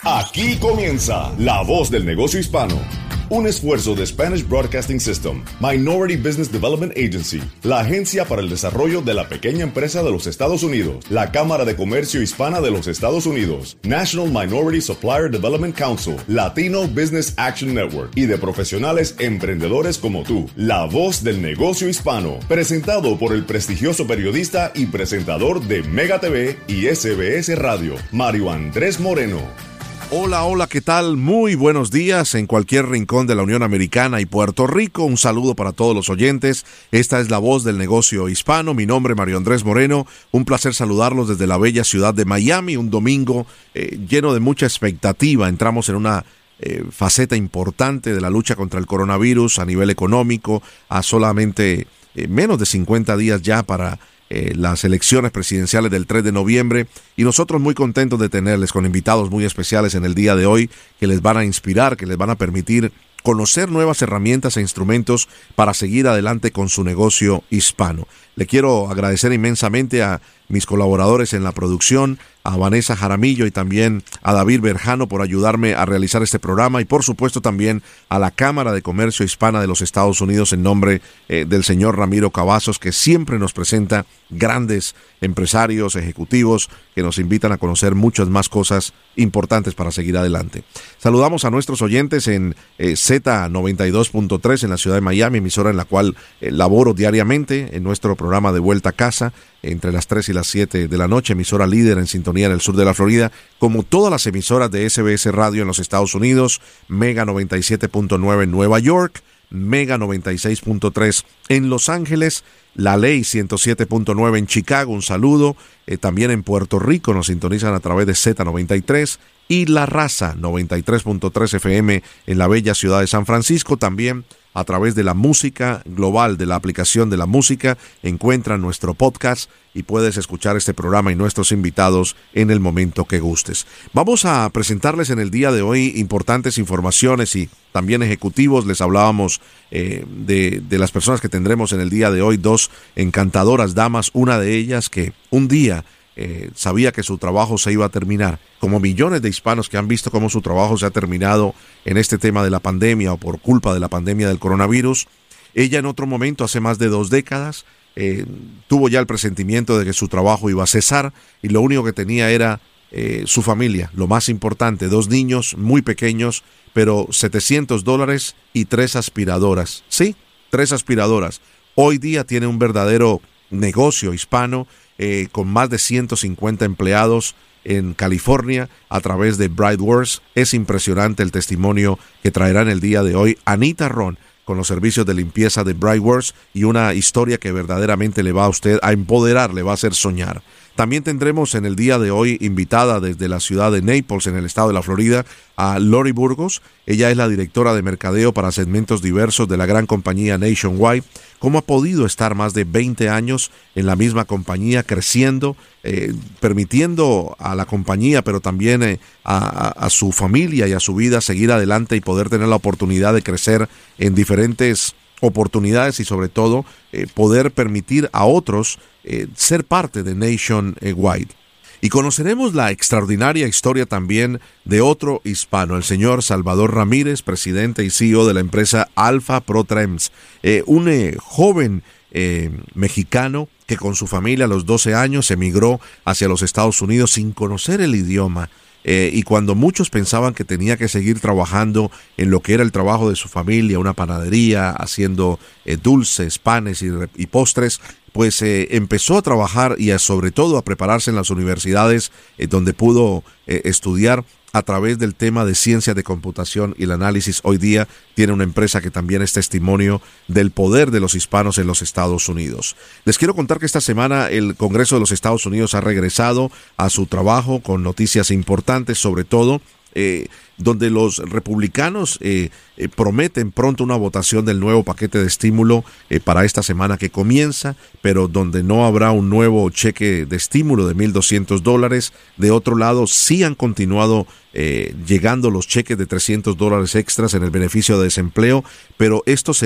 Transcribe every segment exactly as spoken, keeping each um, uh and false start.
Aquí comienza La Voz del Negocio Hispano, un esfuerzo de Spanish Broadcasting System, Minority Business Development Agency, la agencia para el desarrollo de la pequeña empresa de los Estados Unidos, la Cámara de Comercio Hispana de los Estados Unidos, National Minority Supplier Development Council, Latino Business Action Network y de profesionales emprendedores como tú. La Voz del Negocio Hispano, presentado por el prestigioso periodista y presentador de Mega T V y S B S Radio, Mario Andrés Moreno. Hola, hola, ¿qué tal? Muy buenos días en cualquier rincón de la Unión Americana y Puerto Rico. Un saludo para todos los oyentes. Esta es La Voz del Negocio Hispano. Mi nombre es Mario Andrés Moreno. Un placer saludarlos desde la bella ciudad de Miami. Un domingo eh, lleno de mucha expectativa. Entramos en una eh, faceta importante de la lucha contra el coronavirus a nivel económico, a solamente eh, menos de cincuenta días ya para Eh, las elecciones presidenciales del tres de noviembre, y nosotros muy contentos de tenerles con invitados muy especiales en el día de hoy que les van a inspirar, que les van a permitir conocer nuevas herramientas e instrumentos para seguir adelante con su negocio hispano. Le quiero agradecer inmensamente a mis colaboradores en la producción, a Vanessa Jaramillo y también a David Berjano por ayudarme a realizar este programa, y por supuesto también a la Cámara de Comercio Hispana de los Estados Unidos en nombre eh, del señor Ramiro Cavazos, que siempre nos presenta grandes empresarios, ejecutivos que nos invitan a conocer muchas más cosas importantes para seguir adelante. Saludamos a nuestros oyentes en eh, Z noventa y dos punto tres en la ciudad de Miami, emisora en la cual eh, laboro diariamente en nuestro programa de Vuelta a Casa entre las tres y las siete de la noche, emisora líder en sintonía en el sur de la Florida, como todas las emisoras de S B S Radio en los Estados Unidos, Mega noventa y siete punto nueve en Nueva York, Mega noventa y seis punto tres en Los Ángeles, La Ley ciento siete punto nueve en Chicago, un saludo, eh, también en Puerto Rico nos sintonizan a través de Z noventa y tres, y La Raza noventa y tres punto tres F M en la bella ciudad de San Francisco. También a través de la música global, de la aplicación de la música, encuentran nuestro podcast y puedes escuchar este programa y nuestros invitados en el momento que gustes. Vamos a presentarles en el día de hoy importantes informaciones y también ejecutivos. Les hablábamos eh, de, de las personas que tendremos en el día de hoy, dos encantadoras damas, una de ellas que un día Eh, sabía que su trabajo se iba a terminar, como millones de hispanos que han visto cómo su trabajo se ha terminado en este tema de la pandemia o por culpa de la pandemia del coronavirus. Ella en otro momento, hace más de dos décadas, eh, tuvo ya el presentimiento de que su trabajo iba a cesar y lo único que tenía era eh, su familia, lo más importante, dos niños muy pequeños, pero setecientos dólares y tres aspiradoras. Sí, tres aspiradoras. Hoy día tiene un verdadero negocio hispano, Eh, con más de ciento cincuenta empleados en California a través de Brightworks. Es impresionante el testimonio que traerá en el día de hoy Anita Ron con los servicios de limpieza de Brightworks, y una historia que verdaderamente le va a usted a empoderar, le va a hacer soñar. También tendremos en el día de hoy invitada desde la ciudad de Naples, en el estado de la Florida, a Lori Burgos. Ella es la directora de mercadeo para segmentos diversos de la gran compañía Nationwide. ¿Cómo ha podido estar más de veinte años en la misma compañía, creciendo, eh, permitiendo a la compañía, pero también eh, a, a su familia y a su vida seguir adelante y poder tener la oportunidad de crecer en diferentes oportunidades y sobre todo eh, poder permitir a otros eh, ser parte de Nationwide? Y conoceremos la extraordinaria historia también de otro hispano, el señor Salvador Ramírez, presidente y C E O de la empresa Alpha ProTrems, eh, un eh, joven eh, mexicano que con su familia a los doce años emigró hacia los Estados Unidos sin conocer el idioma. Eh, y cuando muchos pensaban que tenía que seguir trabajando en lo que era el trabajo de su familia, una panadería, haciendo eh, dulces, panes y, y postres, pues eh, empezó a trabajar y a, sobre todo a prepararse en las universidades eh, donde pudo eh, estudiar a través del tema de ciencia de computación y el análisis. Hoy día tiene una empresa que también es testimonio del poder de los hispanos en los Estados Unidos. Les quiero contar que esta semana el Congreso de los Estados Unidos ha regresado a su trabajo con noticias importantes, sobre todo eh, donde los republicanos eh, eh, prometen pronto una votación del nuevo paquete de estímulo eh, para esta semana que comienza, pero donde no habrá un nuevo cheque de estímulo de mil doscientos dólares. De otro lado, sí han continuado eh, llegando los cheques de trescientos dólares extras en el beneficio de desempleo, pero esto será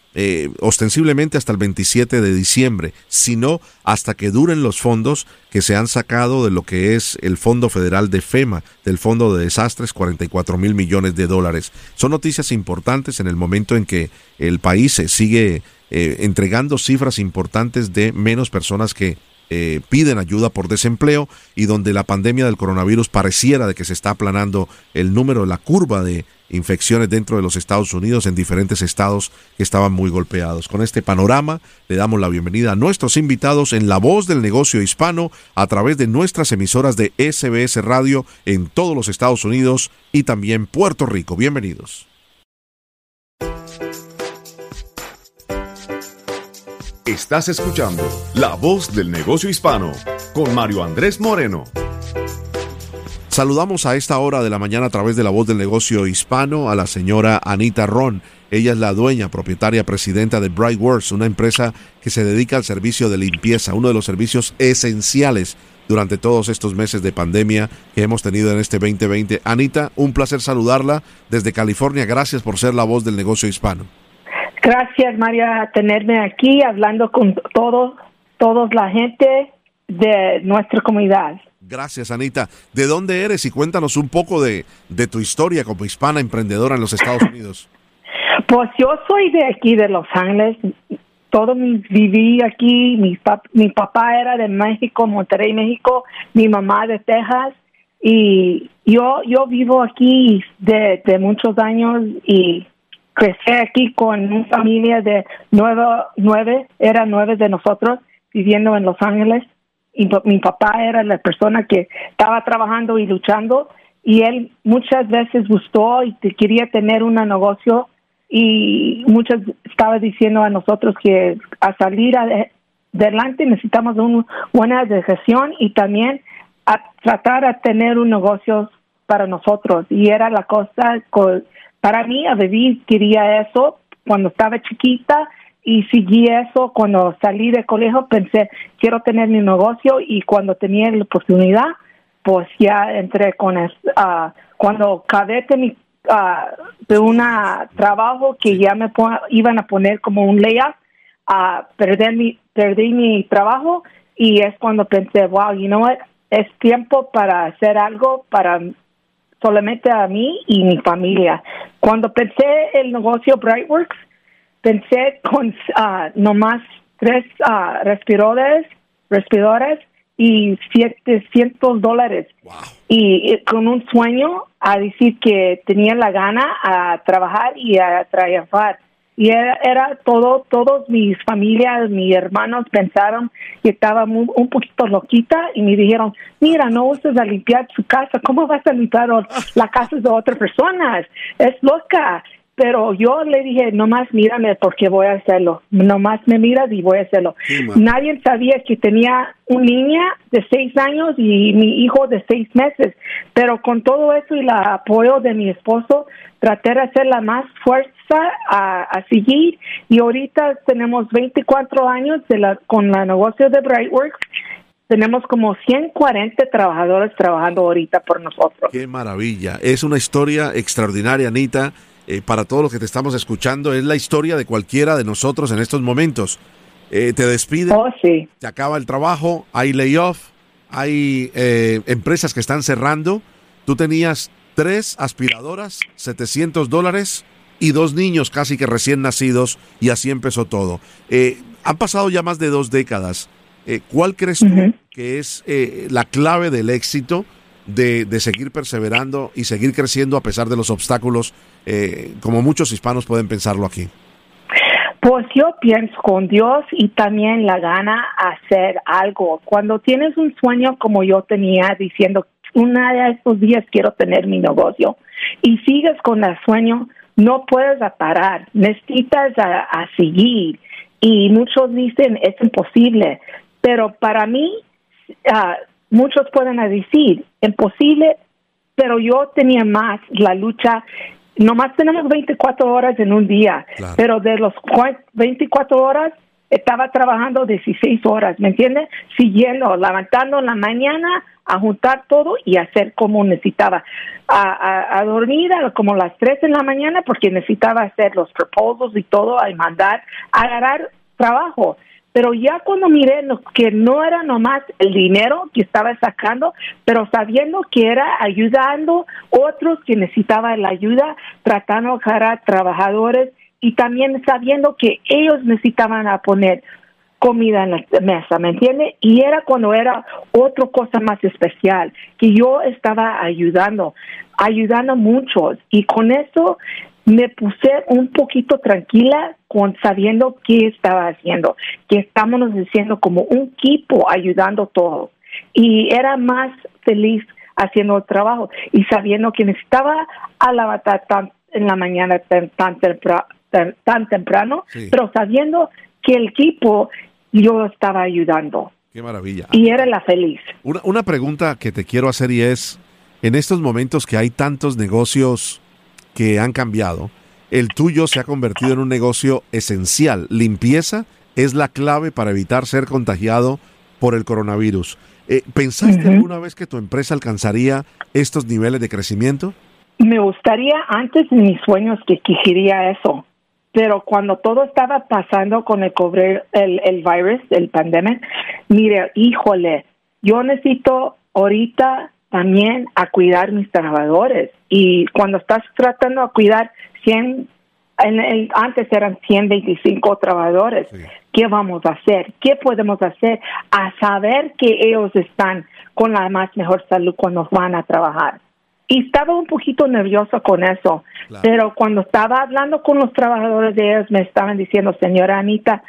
eh, ostensiblemente hasta el veintisiete de diciembre, sino hasta que duren los fondos que se han sacado de lo que es el Fondo Federal de FEMA, del Fondo de Desastres, cuarenta y cuatro mil millones de dólares. Son noticias importantes en el momento en que el país se sigue eh, entregando cifras importantes de menos personas que Eh, piden ayuda por desempleo y donde la pandemia del coronavirus pareciera de que se está aplanando el número, la curva de infecciones dentro de los Estados Unidos en diferentes estados que estaban muy golpeados. Con este panorama le damos la bienvenida a nuestros invitados en La Voz del Negocio Hispano a través de nuestras emisoras de S B S Radio en todos los Estados Unidos y también Puerto Rico. Bienvenidos. Estás escuchando La Voz del Negocio Hispano con Mario Andrés Moreno. Saludamos a esta hora de la mañana a través de La Voz del Negocio Hispano a la señora Anita Ron. Ella es la dueña, propietaria, presidenta de Brightworks, una empresa que se dedica al servicio de limpieza, uno de los servicios esenciales durante todos estos meses de pandemia que hemos tenido en este veinte veinte. Anita, un placer saludarla desde California. Gracias por ser la voz del negocio hispano. Gracias, María, tenerme aquí hablando con todos, toda la gente de nuestra comunidad. Gracias, Anita. ¿De dónde eres? Y cuéntanos un poco de, de tu historia como hispana emprendedora en los Estados Unidos. Pues yo soy de aquí, de Los Ángeles. Todo mi, viví aquí. Mi, pap, mi papá era de México, Monterrey, México. Mi mamá de Texas. Y yo yo vivo aquí de, de muchos años y crecí aquí con una familia de nueve, nueve, era nueve de nosotros viviendo en Los Ángeles. Y mi papá era la persona que estaba trabajando y luchando, y él muchas veces gustó y quería tener un negocio, y muchas estaba diciendo a nosotros que a salir adelante necesitamos una buena gestión y también a tratar de tener un negocio para nosotros. Y era la cosa con, para mí, a vivir, quería eso cuando estaba chiquita. Y seguí eso cuando salí del colegio, pensé, quiero tener mi negocio, y cuando tenía la oportunidad, pues ya entré con eso. Uh, cuando acabé de, mi, uh, de un trabajo que ya me pon, iban a poner como un layoff, uh, perdí, mi, perdí mi trabajo, y es cuando pensé, wow, you know what, es tiempo para hacer algo para solamente a mí y mi familia. Cuando pensé el negocio Brightworks, pensé con uh, nomás tres uh, respiradores, respiradores y setecientos dólares. Wow. Y, y con un sueño a decir que tenía la gana a trabajar y a trabajar. Y era, era todo, todos mis familias, mis hermanos pensaron que estaba muy, un poquito loquita, y me dijeron, mira, no uses a limpiar su casa. ¿Cómo vas a limpiar la casa de otras personas? Es loca. Pero yo le dije, nomás mírame porque voy a hacerlo. Nomás me miras y voy a hacerlo. Sí, nadie sabía que tenía una niña de seis años y mi hijo de seis meses. Pero con todo eso y el apoyo de mi esposo, traté de hacer la más fuerza a, a seguir. Y ahorita tenemos veinticuatro años de la, con el negocio de Brightworks. Tenemos como ciento cuarenta trabajadores trabajando ahorita por nosotros. ¡Qué maravilla! Es una historia extraordinaria, Anita. Eh, para todos los que te estamos escuchando, es la historia de cualquiera de nosotros en estos momentos. Eh, te despiden, oh, sí. Se acaba el trabajo, hay layoff, hay eh, empresas que están cerrando. Tú tenías tres aspiradoras, setecientos dólares y dos niños casi que recién nacidos, y así empezó todo. Eh, han pasado ya más de dos décadas. Eh, ¿Cuál crees uh-huh. tú que es eh, la clave del éxito de, de seguir perseverando y seguir creciendo a pesar de los obstáculos, eh, como muchos hispanos pueden pensarlo aquí? Pues yo pienso con Dios y también la gana hacer algo. Cuando tienes un sueño como yo tenía, diciendo, una de estos días quiero tener mi negocio, y sigues con el sueño, no puedes parar, necesitas a, a seguir. Y muchos dicen, es imposible. Pero para mí, uh, muchos pueden decir, imposible, pero yo tenía más la lucha. Nomás tenemos veinticuatro horas en un día, claro. Pero de los veinticuatro horas, estaba trabajando dieciséis horas, ¿me entiendes? Siguiendo, levantando en la mañana a juntar todo y hacer como necesitaba. A, a, a dormir a como las tres de la mañana porque necesitaba hacer los proposals y todo, a mandar, a agarrar trabajo. Pero ya cuando miré que no era nomás el dinero que estaba sacando, pero sabiendo que era ayudando otros que necesitaban la ayuda, tratando de agarrar trabajadores y también sabiendo que ellos necesitaban a poner comida en la mesa, ¿me entiende? Y era cuando era otra cosa más especial, que yo estaba ayudando, ayudando a muchos. Y con eso me puse un poquito tranquila con sabiendo qué estaba haciendo, que estábamos haciendo como un equipo ayudando a todos. Y era más feliz haciendo el trabajo y sabiendo que necesitaba a levantar tan en la mañana tan, tan, tempra, tan, tan temprano, sí. Pero sabiendo que el equipo yo estaba ayudando. Qué maravilla. Y era la feliz. Una, una pregunta que te quiero hacer y es, en estos momentos que hay tantos negocios que han cambiado, el tuyo se ha convertido en un negocio esencial. Limpieza es la clave para evitar ser contagiado por el coronavirus. Eh, ¿Pensaste uh-huh. alguna vez que tu empresa alcanzaría estos niveles de crecimiento? Me gustaría, antes de mis sueños, que quisiera eso. Pero cuando todo estaba pasando con el, cobre, el, el virus, el pandemia, mire, híjole, yo necesito ahorita también a cuidar mis trabajadores. Y cuando estás tratando de cuidar cien, en el, antes eran ciento veinticinco trabajadores, sí. ¿Qué vamos a hacer? ¿Qué podemos hacer? A saber que ellos están con la más mejor salud cuando van a trabajar. Y estaba un poquito nerviosa con eso, claro. Pero cuando estaba hablando con los trabajadores de ellos, me estaban diciendo, señora Anita,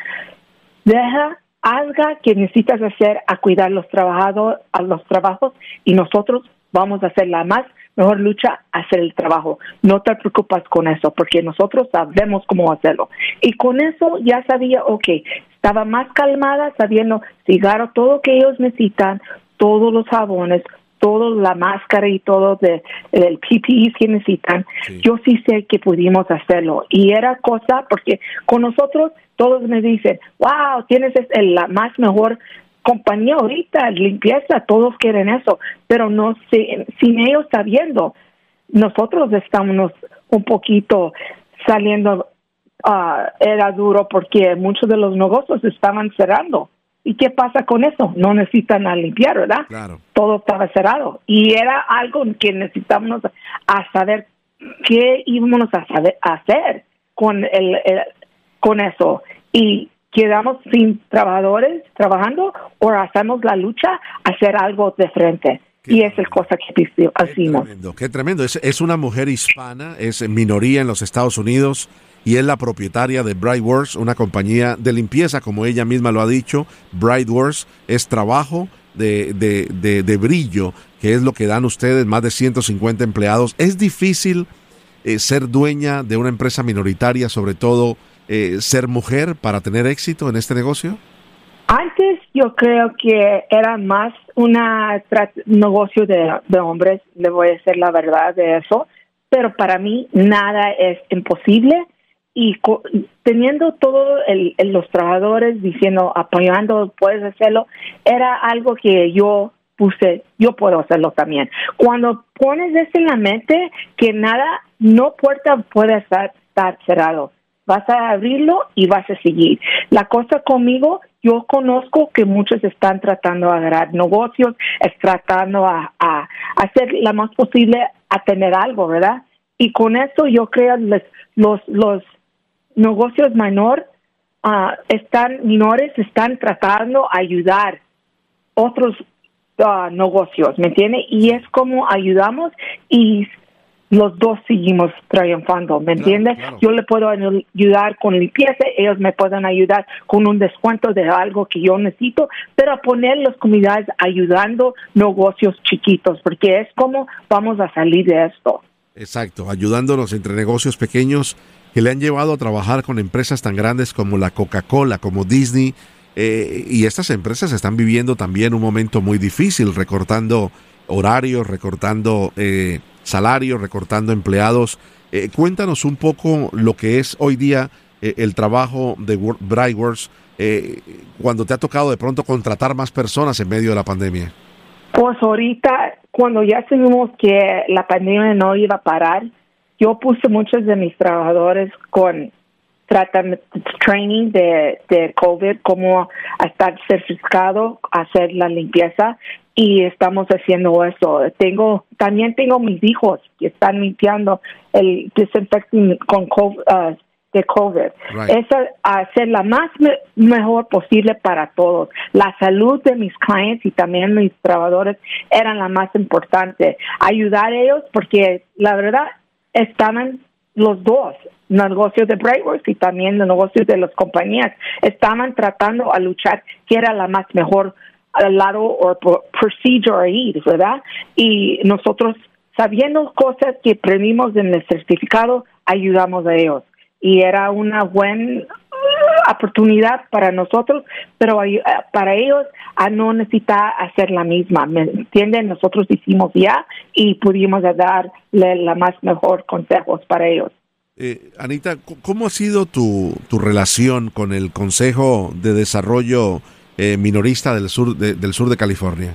deja, haga que necesitas hacer a cuidar los trabajadores, a los trabajos, y nosotros vamos a hacer la más mejor lucha a hacer el trabajo. No te preocupes con eso, porque nosotros sabemos cómo hacerlo. Y con eso ya sabía, ok, estaba más calmada, sabiendo, cigarro, todo lo que ellos necesitan, todos los jabones, toda la máscara y todo de, el P P E que necesitan, sí. Yo sí sé que pudimos hacerlo. Y era cosa, porque con nosotros todos me dicen, wow, tienes el, la más mejor compañía ahorita, limpieza, todos quieren eso. Pero no sé, sin ellos sabiendo, nosotros estamos un poquito saliendo, uh, era duro porque muchos de los negocios estaban cerrando. ¿Y qué pasa con eso? No necesitan a limpiar, ¿verdad? Claro. Todo estaba cerrado. Y era algo que necesitábamos a saber qué íbamos a, saber, a hacer con, el, el, con eso. Y quedamos sin trabajadores trabajando o hacemos la lucha a hacer algo de frente. Qué y esa es la cosa que hicimos. Qué tremendo, qué tremendo. Es, es una mujer hispana, es minoría en los Estados Unidos y es la propietaria de Brightworks, una compañía de limpieza, como ella misma lo ha dicho. Brightworks es trabajo de, de, de, de brillo, que es lo que dan ustedes, más de ciento cincuenta empleados. ¿Es difícil eh, ser dueña de una empresa minoritaria, sobre todo eh, ser mujer, para tener éxito en este negocio? Antes yo creo que era más un negocio de, de hombres, le voy a decir la verdad de eso, pero para mí nada es imposible. Y co- teniendo todos los trabajadores diciendo, apoyando, puedes hacerlo, era algo que yo puse, yo puedo hacerlo también. Cuando pones eso en la mente, que nada, no puerta puede estar, estar cerrado. Vas a abrirlo y vas a seguir. La cosa conmigo, yo conozco que muchos están tratando de agarrar negocios, es tratando a, a hacer lo más posible a tener algo, ¿verdad? Y con eso yo creo los, los, los negocios menor, uh, están menores, están tratando de ayudar otros uh, negocios, ¿me entiende? Y es como ayudamos y los dos seguimos triunfando, ¿me entiende? Claro, claro. Yo le puedo ayudar con limpieza, ellos me pueden ayudar con un descuento de algo que yo necesito, pero poner las comunidades ayudando negocios chiquitos, porque es como vamos a salir de esto. Exacto, ayudándonos entre negocios pequeños que le han llevado a trabajar con empresas tan grandes como la Coca-Cola, como Disney, eh, y estas empresas están viviendo también un momento muy difícil, recortando horarios, recortando eh, salarios, recortando empleados. Eh, cuéntanos un poco lo que es hoy día eh, el trabajo de Brightworks eh, cuando te ha tocado de pronto contratar más personas en medio de la pandemia? Pues ahorita, cuando ya sabemos que la pandemia no iba a parar, yo puse muchos de mis trabajadores con tratamiento, training de, de COVID, cómo estar certificado, hacer la limpieza, y estamos haciendo eso. Tengo, también tengo mis hijos que están limpiando el desinfecting con COVID, uh, de COVID. Right. Es hacer la más me, mejor posible para todos. La salud de mis clientes y también mis trabajadores eran la más importante. Ayudar a ellos porque la verdad estaban los dos, negocios de Brightworks y también los negocios de las compañías, estaban tratando a luchar que era la más mejor al lado o procedure a ir, ¿verdad? Y nosotros, sabiendo cosas que aprendimos en el certificado, ayudamos a ellos. Y era una buena oportunidad para nosotros, pero para ellos a no necesitar hacer la misma, ¿me entienden? Nosotros hicimos ya y pudimos darle la más mejor consejos para ellos. Eh, Anita, ¿cómo ha sido tu, tu relación con el Consejo de Desarrollo eh, Minorista del sur de, del sur de California?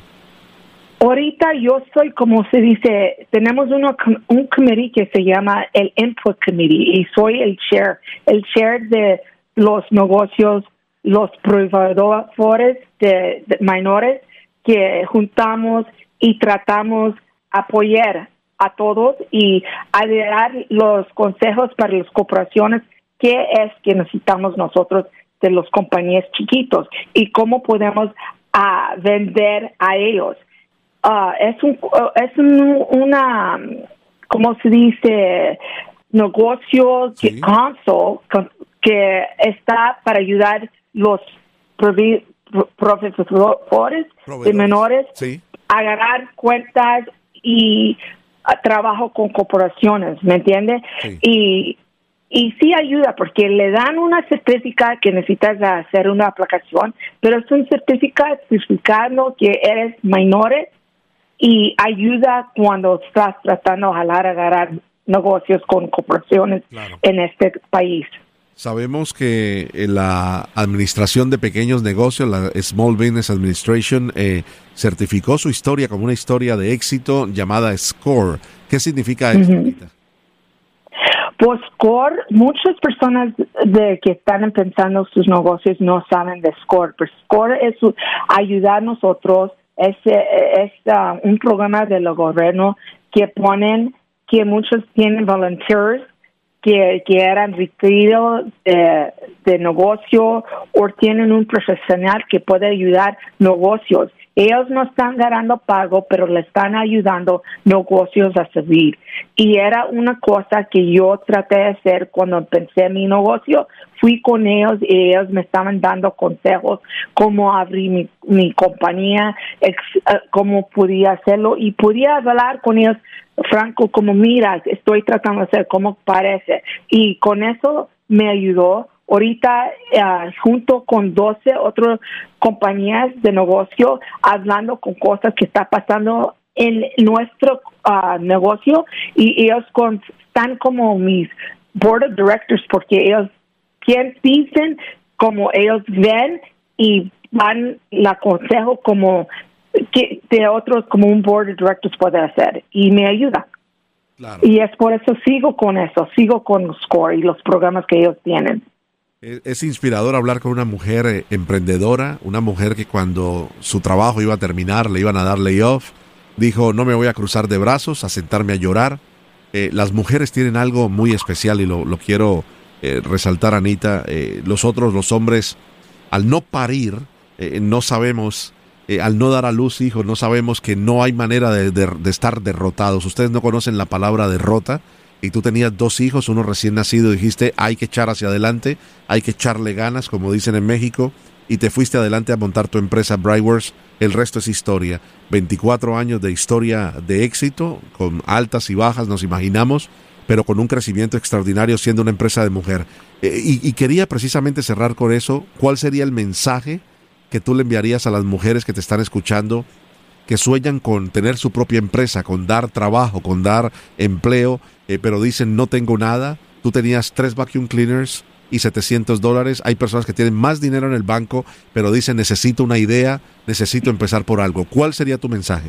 Ahorita yo soy, como se dice, tenemos uno, un committee que se llama el Input Committee y soy el chair, el chair de los negocios, los proveedores de, de menores que juntamos y tratamos apoyar a todos y a dar los consejos para las corporaciones, qué es que necesitamos nosotros de las compañías chiquitos y cómo podemos uh, vender a ellos. Uh, es un uh, es un, una, ¿cómo se dice? Negocio sí. que, console, que está para ayudar los provi- profesores de menores sí. a agarrar cuentas y a trabajo con corporaciones, ¿me entiende? Sí. Y y sí ayuda porque le dan una certificado que necesitas hacer una aplicación, pero es un certificado certificando que eres menores y ayuda cuando estás tratando de jalar, agarrar negocios con corporaciones claro. en este país. Sabemos que la Administración de Pequeños Negocios, la Small Business Administration, eh, certificó su historia como una historia de éxito llamada SCORE. ¿Qué significa eso, Uh-huh. Anita? Pues SCORE, muchas personas de que están empezando sus negocios no saben de SCORE, pero SCORE es ayudar a nosotros. Es, es uh, un programa del gobierno que ponen, que muchos tienen volunteers que, que eran retirados de, de negocio o tienen un profesional que puede ayudar negocios. Ellos no están ganando pago, pero le están ayudando negocios a subir. Y era una cosa que yo traté de hacer cuando empecé mi negocio. Fui con ellos y ellos me estaban dando consejos cómo abrir mi, mi compañía, ex, uh, cómo podía hacerlo. Y podía hablar con ellos, Franco, como mira, estoy tratando de hacer como parece. Y con eso me ayudó. Ahorita, uh, junto con doce otras compañías de negocio, hablando con cosas que está pasando en nuestro uh, negocio, y ellos con, están como mis board of directors, porque ellos dicen como ellos ven y van el consejo como que de otros como un board of directors puede hacer, y me ayuda. Claro. Y es por eso sigo con eso, sigo con SCORE y los programas que ellos tienen. Es inspirador hablar con una mujer eh, emprendedora, una mujer que cuando su trabajo iba a terminar, le iban a dar layoff, dijo, no me voy a cruzar de brazos, a sentarme a llorar. Eh, las mujeres tienen algo muy especial y lo, lo quiero eh, resaltar, Anita. Eh, los otros, los hombres, al no parir, eh, no sabemos, eh, al no dar a luz hijos, no sabemos que no hay manera de, de, de estar derrotados. Ustedes no conocen la palabra derrota. Y tú tenías dos hijos, uno recién nacido, dijiste, hay que echar hacia adelante, hay que echarle ganas, como dicen en México, y te fuiste adelante a montar tu empresa Brightworks. El resto es historia. veinticuatro años de historia de éxito, con altas y bajas, nos imaginamos, pero con un crecimiento extraordinario siendo una empresa de mujer. Eh, y, y quería precisamente cerrar con eso. ¿Cuál sería el mensaje que tú le enviarías a las mujeres que te están escuchando, que sueñan con tener su propia empresa, con dar trabajo, con dar empleo, eh, pero dicen no tengo nada? Tú tenías tres vacuum cleaners, y setecientos dólares. Hay personas que tienen más dinero en el banco, pero dicen necesito una idea, necesito empezar por algo. ¿Cuál sería tu mensaje?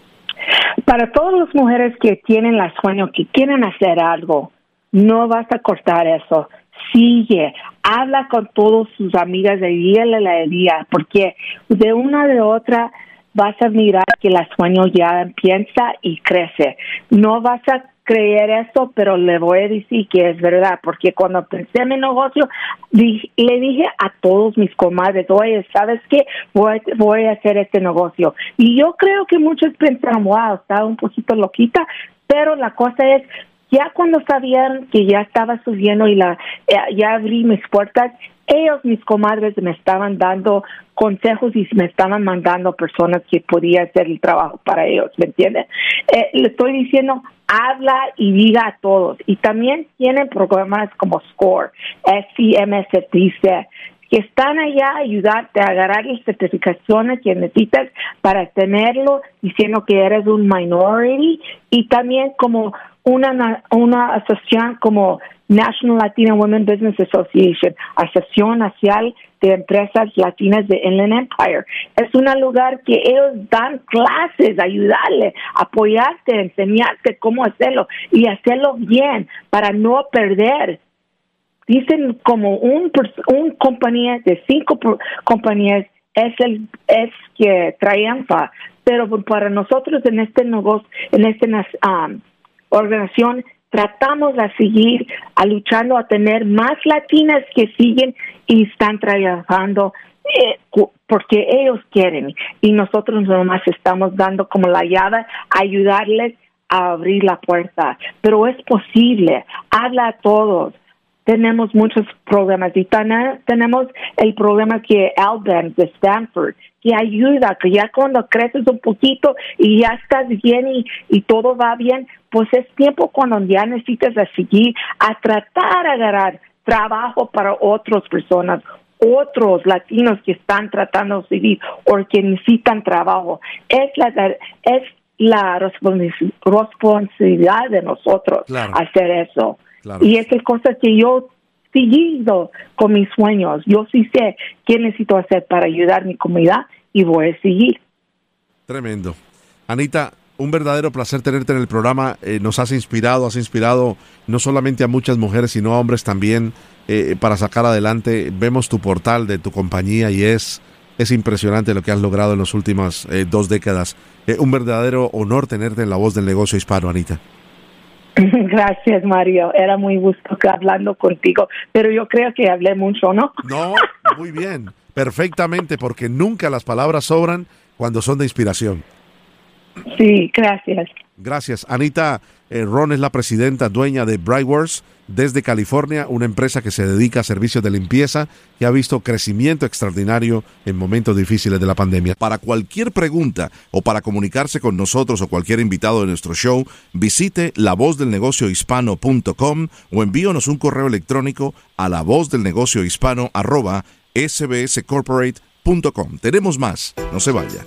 Para todas las mujeres que tienen el sueño, que quieren hacer algo, no vas a cortar eso. Sigue, habla con todas sus amigas de día a la día, porque de una de otra vas a mirar que el sueño ya empieza y crece. No vas a creer eso, pero le voy a decir que es verdad, porque cuando pensé en mi negocio, di, le dije a todos mis comadres, oye, ¿sabes qué? Voy, voy a hacer este negocio. Y yo creo que muchos pensaron, wow, estaba un poquito loquita, pero la cosa es, ya cuando sabían que ya estaba subiendo y la eh, ya abrí mis puertas, ellos, mis comadres, me estaban dando consejos y me estaban mandando personas que podían hacer el trabajo para ellos, ¿me entiendes? Eh, le estoy diciendo, habla y diga a todos. Y también tienen programas como SCORE, S C M S T C, que están allá a ayudarte a agarrar las certificaciones que necesitas para tenerlo, diciendo que eres un minority, y también como una, una asociación como National Latina Women Business Association, Asociación Nacional de Empresas Latinas de Inland Empire. Es un lugar que ellos dan clases, ayudarle, apoyarte, enseñarte cómo hacerlo y hacerlo bien para no perder. Dicen como un, un compañía de cinco compañías es el es que triunfa, pero para nosotros en este negocio, en esta um, organización, tratamos de seguir a luchando a tener más latinas que siguen y están trabajando eh, porque ellos quieren, y nosotros nomás estamos dando como la llave, ayudarles a abrir la puerta. Pero es posible, habla a todos. Tenemos muchos programas y ten- tenemos el programa que Alban de Stanford, que ayuda, que ya cuando creces un poquito y ya estás bien y, y todo va bien, pues es tiempo cuando ya necesitas a seguir a tratar de agarrar trabajo para otras personas, otros latinos que están tratando de seguir o que necesitan trabajo. Es la, es la responsabilidad de nosotros, claro, hacer eso. Claro. Y esas cosas que yo he seguido con mis sueños. Yo sí sé qué necesito hacer para ayudar a mi comunidad y voy a seguir. Tremendo. Anita, un verdadero placer tenerte en el programa. Eh, nos has inspirado, has inspirado no solamente a muchas mujeres, sino a hombres también eh, para sacar adelante. Vemos tu portal de tu compañía y es, es impresionante lo que has logrado en las últimas eh, dos décadas. Eh, un verdadero honor tenerte en La Voz del Negocio Hispano, Anita. Gracias, Mario. Era muy gusto hablando contigo, pero yo creo que hablé mucho, ¿no? No, muy bien, perfectamente, porque nunca las palabras sobran cuando son de inspiración. Sí, gracias. Gracias. Anita eh, Ron es la presidenta dueña de Brightworks desde California, una empresa que se dedica a servicios de limpieza y ha visto crecimiento extraordinario en momentos difíciles de la pandemia. Para cualquier pregunta o para comunicarse con nosotros o cualquier invitado de nuestro show, visite la voz del negocio hispano punto com o envíonos un correo electrónico a la voz del negocio hispano arroba s b s corporate punto com. Tenemos más, no se vaya.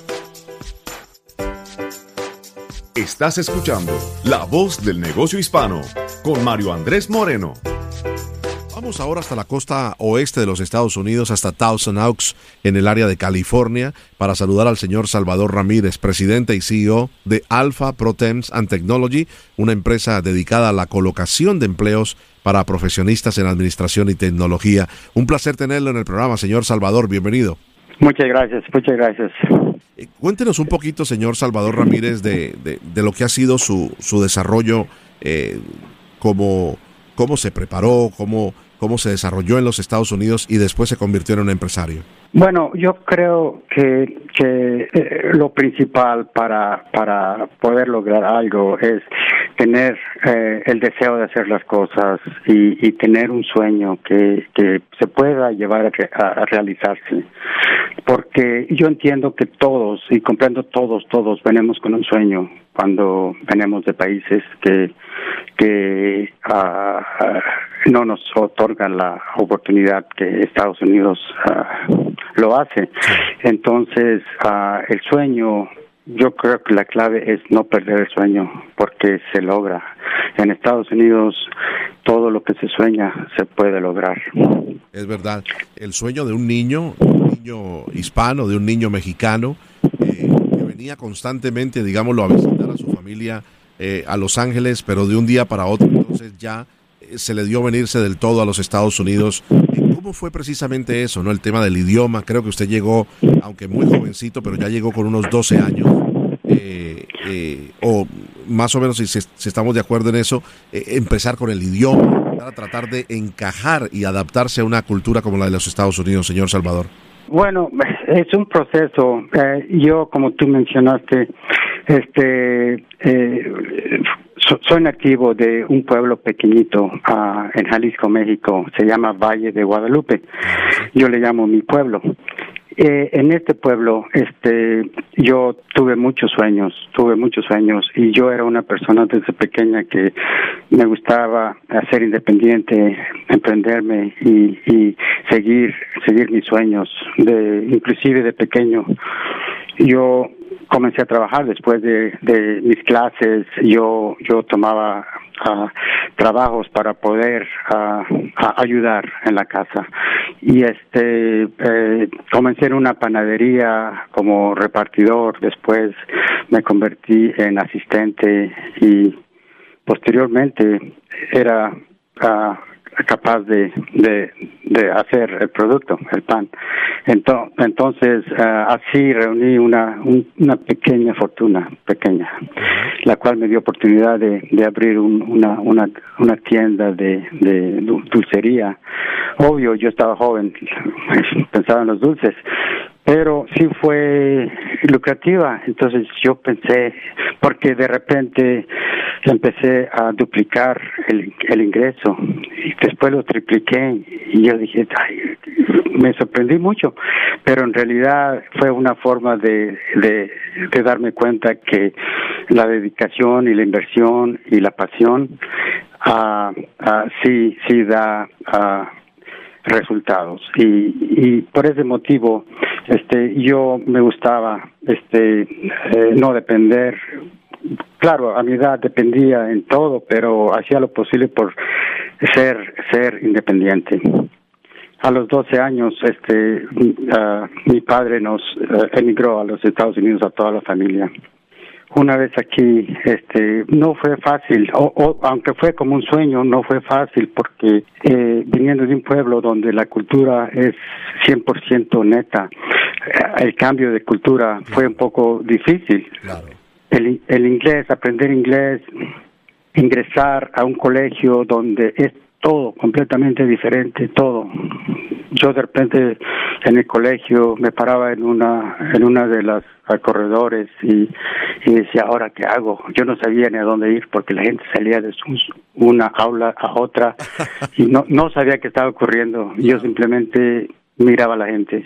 Estás escuchando La Voz del Negocio Hispano con Mario Andrés Moreno. Vamos ahora hasta la costa oeste de los Estados Unidos, hasta Thousand Oaks, en el área de California, para saludar al señor Salvador Ramírez, presidente y C E O de Alpha ProTems and Technology, una empresa dedicada a la colocación de empleos para profesionistas en administración y tecnología. Un placer tenerlo en el programa, señor Salvador, bienvenido. Muchas gracias, muchas gracias. Eh, cuéntenos un poquito, señor Salvador Ramírez, de, de, de lo que ha sido su, su desarrollo, eh, cómo, cómo se preparó, cómo, cómo se desarrolló en los Estados Unidos y después se convirtió en un empresario. Bueno, yo creo que, que eh, lo principal para, para poder lograr algo es tener eh, el deseo de hacer las cosas y, y tener un sueño que, que se pueda llevar a, re, a, a realizarse. Porque yo entiendo que todos, y comprendo todos, todos venimos con un sueño cuando venimos de países que, que uh, uh, no nos otorgan la oportunidad que Estados Unidos uh, lo hace. Entonces, uh, el sueño, yo creo que la clave es no perder el sueño, porque se logra. En Estados Unidos todo lo que se sueña se puede lograr. Es verdad. El sueño de un niño, un niño hispano, de un niño mexicano, eh, que venía constantemente, digámoslo, a visitar a su familia eh, a Los Ángeles, pero de un día para otro, entonces ya eh, se le dio venirse del todo a los Estados Unidos. ¿Cómo fue precisamente eso, no? El tema del idioma. Creo que usted llegó, aunque muy jovencito, pero ya llegó con unos doce años. Eh, eh, o más o menos, si, si estamos de acuerdo en eso, eh, empezar con el idioma, a tratar de encajar y adaptarse a una cultura como la de los Estados Unidos, señor Salvador. Bueno, es un proceso. Eh, yo, como tú mencionaste, este, eh, so, soy nativo de un pueblo pequeñito uh, en Jalisco, México. Se llama Valle de Guadalupe. Yo le llamo mi pueblo. Eh, en este pueblo, este, yo tuve muchos sueños, tuve muchos sueños, y yo era una persona desde pequeña que me gustaba ser independiente, emprenderme y, y seguir, seguir mis sueños. De, inclusive de pequeño, yo comencé a trabajar después de, de mis clases. Yo, yo tomaba Uh, trabajos para poder uh, a ayudar en la casa, y este eh, comencé en una panadería como repartidor. Después me convertí en asistente y posteriormente era uh, capaz de, de de hacer el producto, el pan. Entonces, entonces uh, así reuní una un, una pequeña fortuna, pequeña, la cual me dio oportunidad de, de abrir un, una una una tienda de, de dulcería. Obvio, yo estaba joven, pensaba en los dulces, pero sí fue lucrativa. Entonces yo pensé, porque de repente empecé a duplicar el, el ingreso, y después lo tripliqué, y yo dije, ay, me sorprendí mucho, pero en realidad fue una forma de, de, de darme cuenta que la dedicación y la inversión y la pasión uh, uh, sí, sí da uh, resultados, y, y por ese motivo este yo me gustaba este eh, no depender. Claro, a mi edad dependía en todo, pero hacía lo posible por ser ser independiente. A los doce años, este, uh, mi padre nos uh, emigró a los Estados Unidos, a toda la familia. Una vez aquí, este, no fue fácil, o, o aunque fue como un sueño, no fue fácil, porque eh, viniendo de un pueblo donde la cultura es cien por ciento neta, eh, el cambio de cultura fue un poco difícil. Claro. El, el inglés, aprender inglés, ingresar a un colegio donde es todo completamente diferente, todo. Yo de repente en el colegio me paraba en una en una de las corredores y, y decía, ¿ahora qué hago? Yo no sabía ni a dónde ir, porque la gente salía de su, una aula a otra y no no sabía qué estaba ocurriendo. Yo simplemente miraba a la gente.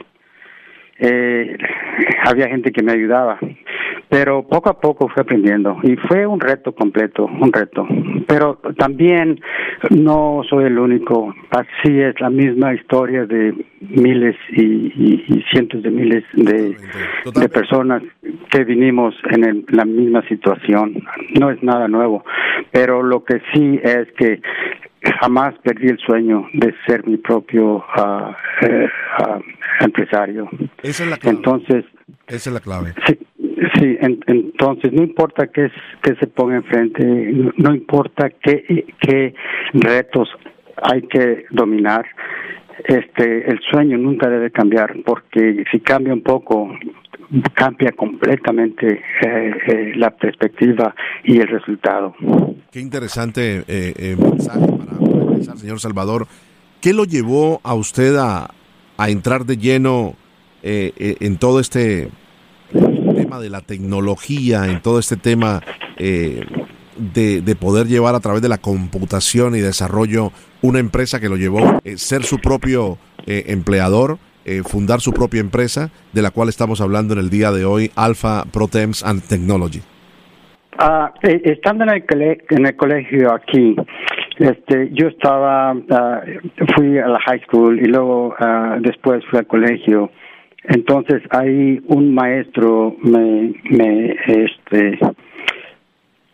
Eh, había gente que me ayudaba, pero poco a poco fui aprendiendo, y fue un reto completo, un reto. Pero también no soy el único. Así es la misma historia de miles y, y, y cientos de miles de, de personas que vinimos en el, la misma situación. No es nada nuevo, pero lo que sí es que jamás perdí el sueño de ser mi propio uh, eh, uh, empresario. Esa es la clave. Entonces, esa es la clave. Sí, sí. En, entonces no importa qué, qué se ponga enfrente, no, no importa qué, qué retos hay que dominar. Este, el sueño nunca debe cambiar, porque si cambia un poco, cambia completamente eh, eh, la perspectiva y el resultado. Qué interesante eh, eh, mensaje para, para empezar, señor Salvador. ¿Qué lo llevó a usted a, a entrar de lleno eh, eh, en todo este tema de la tecnología, en todo este tema eh, de, de poder llevar a través de la computación y desarrollo una empresa que lo llevó a eh, ser su propio eh, empleador, eh, fundar su propia empresa, de la cual estamos hablando en el día de hoy, Alpha Protems and Technology? Uh, estando en el, cole- en el colegio aquí, este, yo estaba, uh, fui a la high school y luego uh, después fui al colegio. Entonces ahí un maestro me, me, este,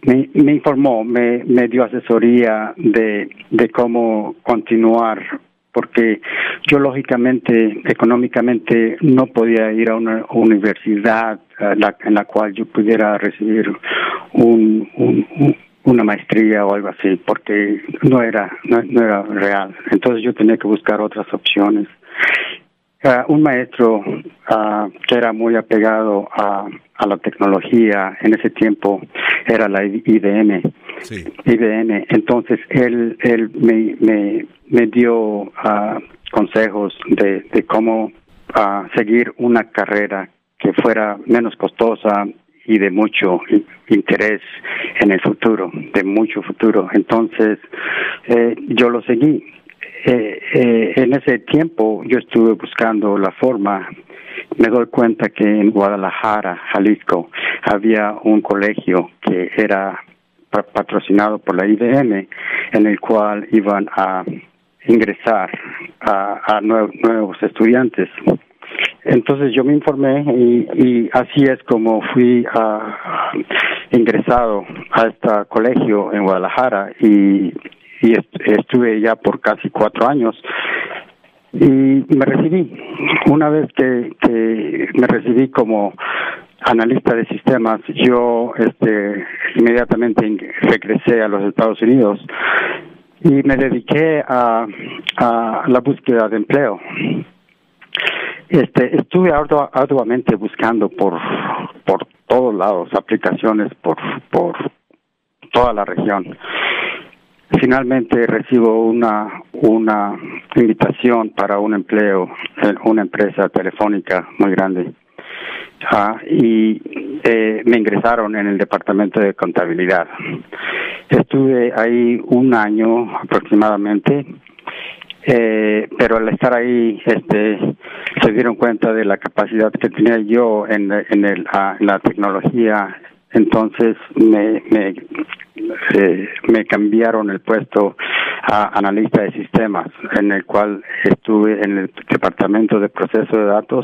me, me informó, me, me dio asesoría de, de cómo continuar, porque yo lógicamente, económicamente, no podía ir a una universidad uh, la, en la cual yo pudiera recibir un, un, un, una maestría o algo así, porque no era, no, no era real. Entonces yo tenía que buscar otras opciones. Uh, un maestro uh, que era muy apegado a, a la tecnología en ese tiempo era la I B M. Sí. I B M. Entonces él él me me, me dio uh, consejos de, de cómo uh, seguir una carrera que fuera menos costosa y de mucho interés en el futuro, de mucho futuro. Entonces eh, yo lo seguí. Eh, eh, en ese tiempo yo estuve buscando la forma. Me doy cuenta que en Guadalajara, Jalisco, había un colegio que era patrocinado por la I B M, en el cual iban a ingresar a, a nuevos, nuevos estudiantes. Entonces yo me informé y, y así es como fui a, ingresado a este colegio en Guadalajara y y estuve ya por casi cuatro años y me recibí. Una vez que, que me recibí como analista de sistemas, yo este inmediatamente regresé a los Estados Unidos y me dediqué a, a la búsqueda de empleo. Este estuve ardu- arduamente buscando por por todos lados aplicaciones por por toda la región. Finalmente recibo una una invitación para un empleo en una empresa telefónica muy grande uh, y eh, me ingresaron en el departamento de contabilidad. Estuve ahí un año aproximadamente, eh, pero al estar ahí este se dieron cuenta de la capacidad que tenía yo en en, el, uh, en la tecnología. Entonces me me eh, me cambiaron el puesto a analista de sistemas, en el cual estuve en el departamento de proceso de datos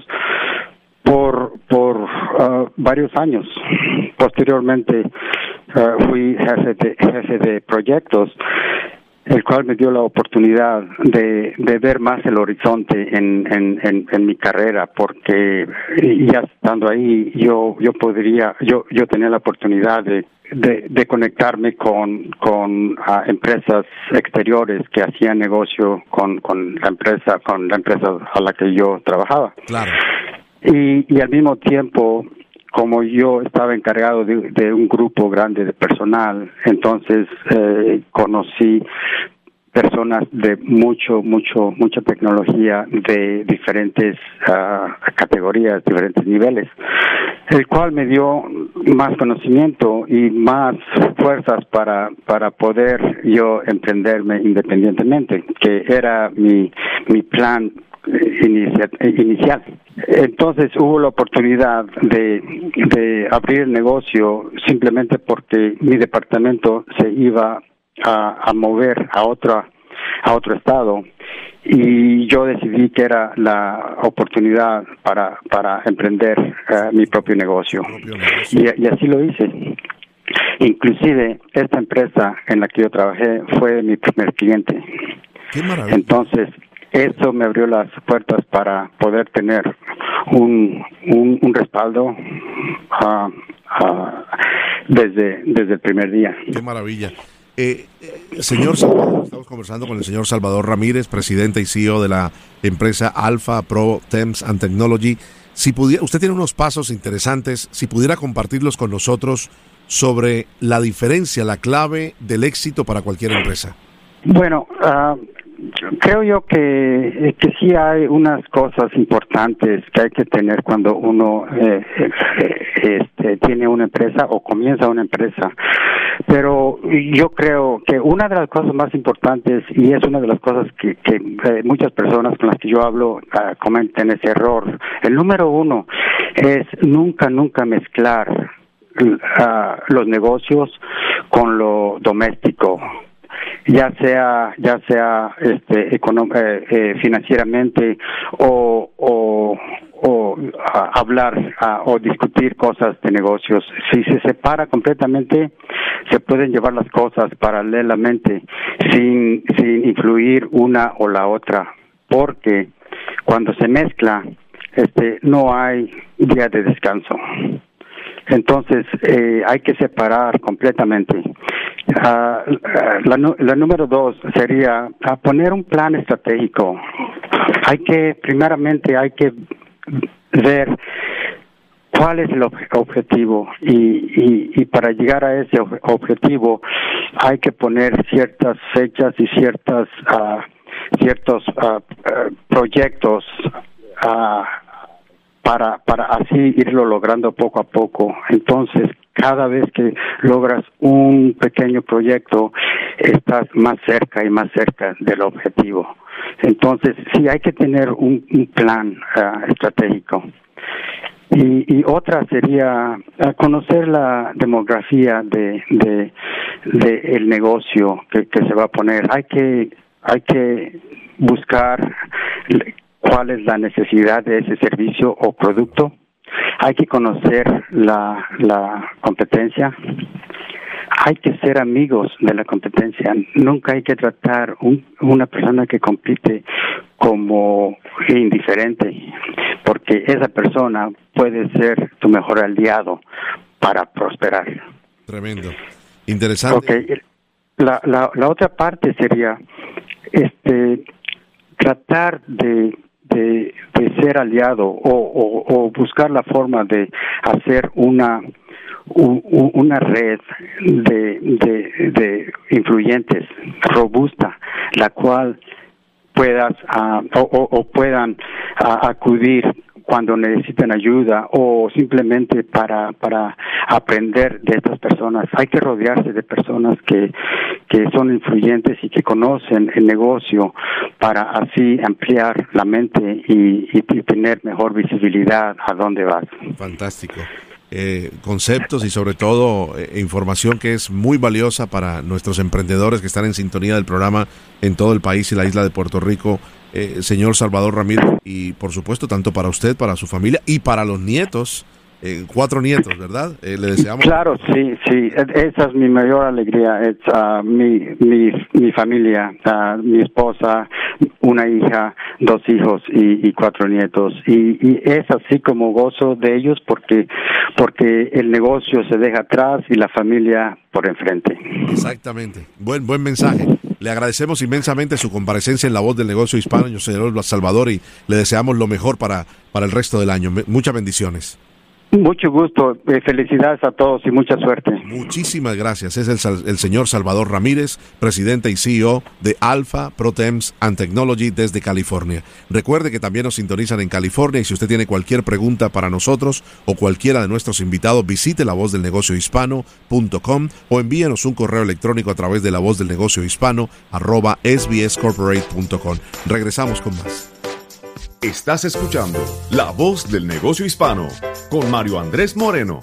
por por uh, varios años. Posteriormente uh, fui jefe de jefe de proyectos, el cual me dio la oportunidad de, de ver más el horizonte en, en, en, en mi carrera, porque ya estando ahí yo yo podría yo yo tenía la oportunidad de de, de conectarme con con uh, empresas exteriores que hacían negocio con con la empresa con la empresa a la que yo trabajaba. Claro. Y y al mismo tiempo, como yo estaba encargado de, de un grupo grande de personal, entonces eh, conocí personas de mucho, mucho, mucha tecnología de diferentes uh, categorías, diferentes niveles, el cual me dio más conocimiento y más fuerzas para para poder yo emprenderme independientemente, que era mi mi plan inicia, inicial. Entonces hubo la oportunidad de, de abrir el negocio simplemente porque mi departamento se iba a, a mover a otra a otro estado y yo decidí que era la oportunidad para para emprender uh, mi propio negocio, propio negocio. Y, y así lo hice. Inclusive esta empresa en la que yo trabajé fue mi primer cliente. ¡Qué maravilla! Entonces eso me abrió las puertas para poder tener un un, un respaldo uh, uh, desde desde el primer día. ¡Qué maravilla! Eh, eh, señor Salvador, estamos conversando con el señor Salvador Ramírez, presidente y C E O de la empresa Alpha Pro Temps and Technology. Si pudiera, usted tiene unos pasos interesantes, si pudiera compartirlos con nosotros sobre la diferencia, la clave del éxito para cualquier empresa. Bueno, uh, creo yo que que sí hay unas cosas importantes que hay que tener cuando uno eh, eh, este, tiene una empresa o comienza una empresa. Pero yo creo que una de las cosas más importantes, y es una de las cosas que, que eh, muchas personas con las que yo hablo uh, cometen ese error. El número uno es nunca, nunca mezclar uh, los negocios con lo doméstico, ya sea ya sea este econom- eh, eh, financieramente o o o uh, hablar uh, o discutir cosas de negocios. Si se separa completamente, se pueden llevar las cosas paralelamente sin, sin influir una o la otra, porque cuando se mezcla, este, no hay día de descanso. Entonces, eh, hay que separar completamente. Uh, la, la número dos sería uh, poner un plan estratégico. Hay que, primeramente, hay que ver cuál es el ob- objetivo y, y, y para llegar a ese ob- objetivo hay que poner ciertas fechas y ciertas uh, ciertos uh, uh, proyectos uh, para para así irlo logrando poco a poco. Entonces, cada vez que logras un pequeño proyecto, estás más cerca y más cerca del objetivo. Entonces, sí hay que tener un, un plan uh, estratégico. Y, y otra sería uh, conocer la demografía de, de, de el negocio que, que se va a poner. Hay que hay que buscar cuál es la necesidad de ese servicio o producto. Hay que conocer la, la competencia. Hay que ser amigos de la competencia. Nunca hay que tratar un, una persona que compite como indiferente, porque esa persona puede ser tu mejor aliado para prosperar. Tremendo. Interesante. Okay. La, la, la otra parte sería este tratar de De, de ser aliado o, o, o buscar la forma de hacer una un, una red de, de, de influyentes robusta, la cual puedas uh, o, o, o puedan uh, acudir cuando necesitan ayuda o simplemente para para aprender de estas personas. Hay que rodearse de personas que que son influyentes y que conocen el negocio para así ampliar la mente y, y, y tener mejor visibilidad a dónde vas. Fantástico. Eh, conceptos y sobre todo eh, información que es muy valiosa para nuestros emprendedores que están en sintonía del programa en todo el país y la isla de Puerto Rico. Eh, señor Salvador Ramírez, y por supuesto tanto para usted, para su familia y para los nietos, eh, cuatro nietos, ¿verdad? Eh, le deseamos. Claro, sí, sí, esa es mi mayor alegría, es uh, mi, mi mi familia, uh, mi esposa, una hija, dos hijos y, y cuatro nietos, y, y es así como gozo de ellos porque porque el negocio se deja atrás y la familia por enfrente. Exactamente, buen buen mensaje. Le agradecemos inmensamente su comparecencia en La Voz del Negocio Hispano, yo señor Salvador, y le deseamos lo mejor para, para el resto del año. Muchas bendiciones. Mucho gusto, eh, felicidades a todos y mucha suerte. Muchísimas gracias. Es el, el señor Salvador Ramírez, presidente y C E O de Alpha Protems and Technology desde California. Recuerde que también nos sintonizan en California y si usted tiene cualquier pregunta para nosotros o cualquiera de nuestros invitados, visite la voz del negocio hispano punto com o envíenos un correo electrónico a través de la voz del negocio hispano arroba s b s corporate punto com. Regresamos con más. Estás escuchando La Voz del Negocio Hispano con Mario Andrés Moreno.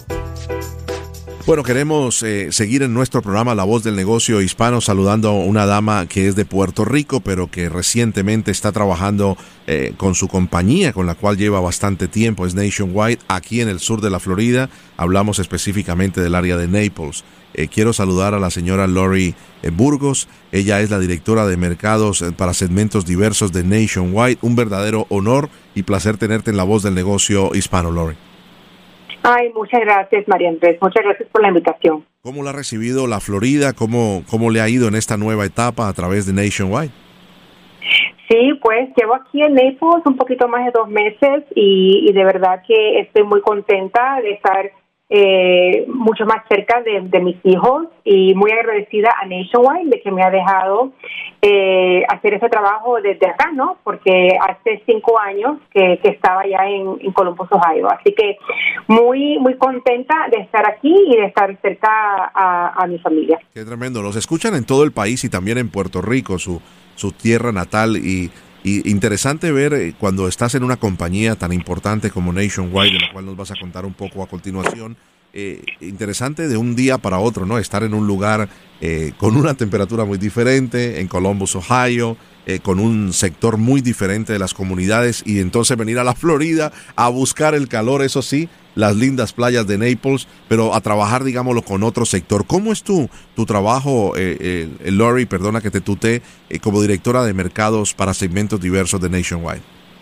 Bueno, queremos eh, seguir en nuestro programa La Voz del Negocio Hispano saludando a una dama que es de Puerto Rico, pero que recientemente está trabajando eh, con su compañía, con la cual lleva bastante tiempo, es Nationwide, aquí en el sur de la Florida. Hablamos específicamente del área de Naples. Eh, quiero saludar a la señora Lori eh, Burgos. Ella es la directora de mercados eh, para segmentos diversos de Nationwide. Un verdadero honor y placer tenerte en La Voz del Negocio Hispano, Lori. Ay, muchas gracias, María Andrés. Muchas gracias por la invitación. ¿Cómo la ha recibido la Florida? ¿Cómo, cómo le ha ido en esta nueva etapa a través de Nationwide? Sí, pues llevo aquí en Naples un poquito más de dos meses y, y de verdad que estoy muy contenta de estar eh, mucho más cerca de, de mis hijos y muy agradecida a Nationwide de que me ha dejado eh, hacer ese trabajo desde acá, ¿no? Porque hace cinco años que, que estaba ya en, en Columbus, Ohio. Así que muy muy contenta de estar aquí y de estar cerca a, a mi familia. Qué tremendo. Los escuchan en todo el país y también en Puerto Rico, su, su tierra natal y... Y interesante ver eh, cuando estás en una compañía tan importante como Nationwide, de la cual nos vas a contar un poco a continuación, eh, interesante de un día para otro, ¿no? Estar en un lugar eh, con una temperatura muy diferente, en Columbus, Ohio, eh, con un sector muy diferente de las comunidades, y entonces venir a la Florida a buscar el calor, eso sí, las lindas playas de Naples, pero a trabajar, digámoslo, con otro sector. ¿Cómo es tu, tu trabajo, eh, eh, Lori, perdona que te tutee, eh, como directora de mercados para segmentos diversos de Nationwide?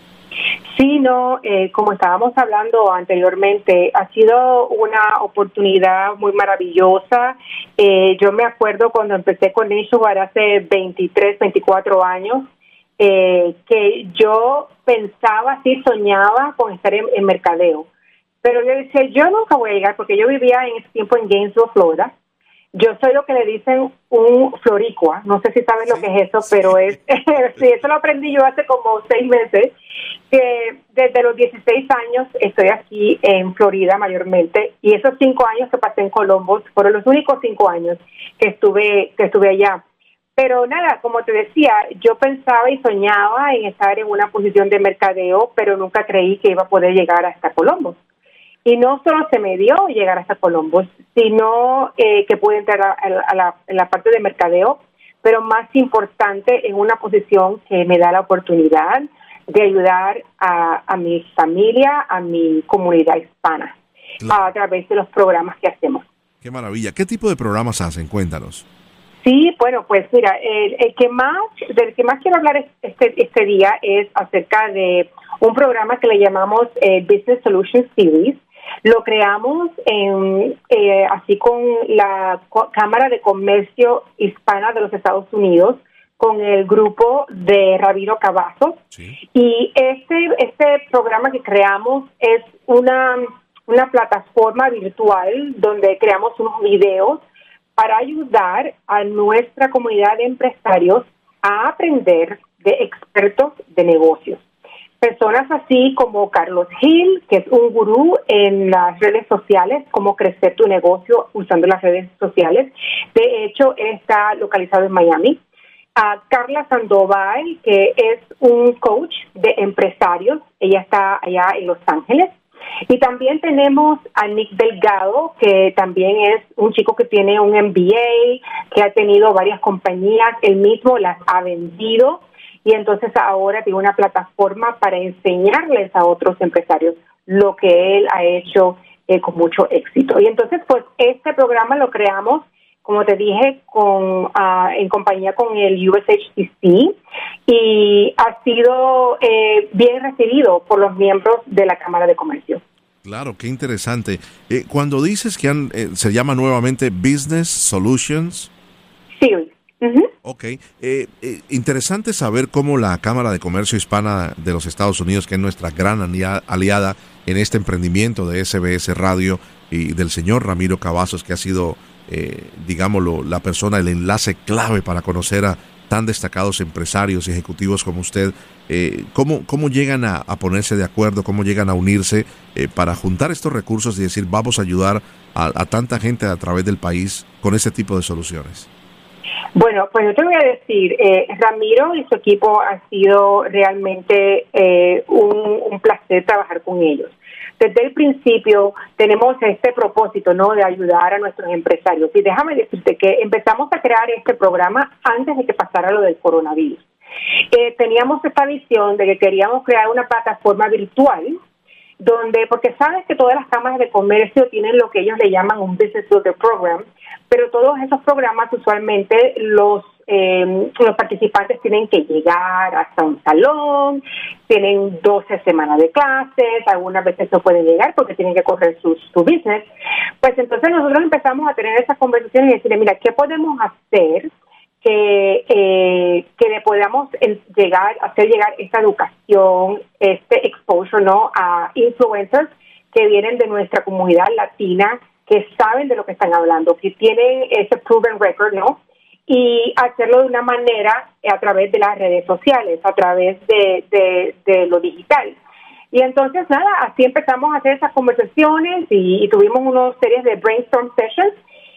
Sí, no, eh, como estábamos hablando anteriormente, ha sido una oportunidad muy maravillosa. Eh, yo me acuerdo cuando empecé con Nationwide hace veintitrés, veinticuatro años, eh, que yo pensaba, sí, soñaba con estar en, en mercadeo. Pero yo decía, yo nunca voy a llegar, porque yo vivía en ese tiempo en Gainesville, Florida. Yo soy lo que le dicen un floricua, no sé si sabes sí, lo que es eso, sí. pero es, sí, eso lo aprendí yo hace como seis meses, que desde los dieciséis años estoy aquí en Florida mayormente, y esos cinco años que pasé en Columbus fueron los únicos cinco años que estuve, que estuve allá. Pero nada, como te decía, yo pensaba y soñaba en estar en una posición de mercadeo, pero nunca creí que iba a poder llegar hasta Columbus. Y no solo se me dio llegar hasta Columbus, sino eh, que pude entrar a, a, la, a la parte de mercadeo, pero más importante en una posición que me da la oportunidad de ayudar a, a mi familia, a mi comunidad hispana, claro, a través de los programas que hacemos. Qué maravilla. ¿Qué tipo de programas hacen? Cuéntanos. Sí, bueno, pues mira, el, el que más, del que más quiero hablar este, este día es acerca de un programa que le llamamos eh, Business Solutions Series. Lo creamos en, eh, así con la Cámara de Comercio Hispana de los Estados Unidos, con el grupo de Ramiro Cavazos. Sí. Y este este programa que creamos es una, una plataforma virtual donde creamos unos videos para ayudar a nuestra comunidad de empresarios a aprender de expertos de negocios. Personas así como Carlos Hill, que es un gurú en las redes sociales, cómo crecer tu negocio usando las redes sociales. De hecho, él está localizado en Miami. A Carla Sandoval, que es un coach de empresarios. Ella está allá en Los Ángeles. Y también tenemos a Nick Delgado, que también es un chico que tiene un M B A, que ha tenido varias compañías, él mismo las ha vendido. Y entonces ahora tiene una plataforma para enseñarles a otros empresarios lo que él ha hecho eh, con mucho éxito. Y entonces, pues, este programa lo creamos, como te dije, con uh, en compañía con el U S H C C, y ha sido eh, bien recibido por los miembros de la Cámara de Comercio. Claro, qué interesante. Eh, cuando dices que han, eh, se llama nuevamente Business Solutions. Sí. Uh-huh. Ok, eh, eh, interesante saber cómo la Cámara de Comercio Hispana de los Estados Unidos, que es nuestra gran aliada en este emprendimiento de S B S Radio, y del señor Ramiro Cavazos, que ha sido, eh, digámoslo, la persona, el enlace clave para conocer a tan destacados empresarios y ejecutivos como usted, eh, ¿cómo, cómo llegan a, a ponerse de acuerdo, cómo llegan a unirse eh, para juntar estos recursos y decir, vamos a ayudar a, a tanta gente a través del país con este tipo de soluciones? Bueno, pues yo te voy a decir, eh, Ramiro y su equipo ha sido realmente eh, un, un placer trabajar con ellos. Desde el principio tenemos este propósito, ¿no?, de ayudar a nuestros empresarios. Y déjame decirte que empezamos a crear este programa antes de que pasara lo del coronavirus. Eh, teníamos esta visión de que queríamos crear una plataforma virtual donde, porque sabes que todas las cámaras de comercio tienen lo que ellos le llaman un Business Builder Program, pero todos esos programas usualmente los eh, los participantes tienen que llegar hasta un salón, tienen doce semanas de clases, algunas veces no pueden llegar porque tienen que correr su, su business. Pues entonces nosotros empezamos a tener esas conversaciones y decirle, mira, ¿qué podemos hacer que eh, que le podamos llegar hacer llegar esta educación, este exposure, ¿no?, a influencers que vienen de nuestra comunidad latina, que saben de lo que están hablando, que tienen ese proven record, ¿no?, y hacerlo de una manera a través de las redes sociales, a través de, de, de lo digital. Y entonces, nada, así empezamos a hacer esas conversaciones y, y tuvimos unas series de brainstorm sessions,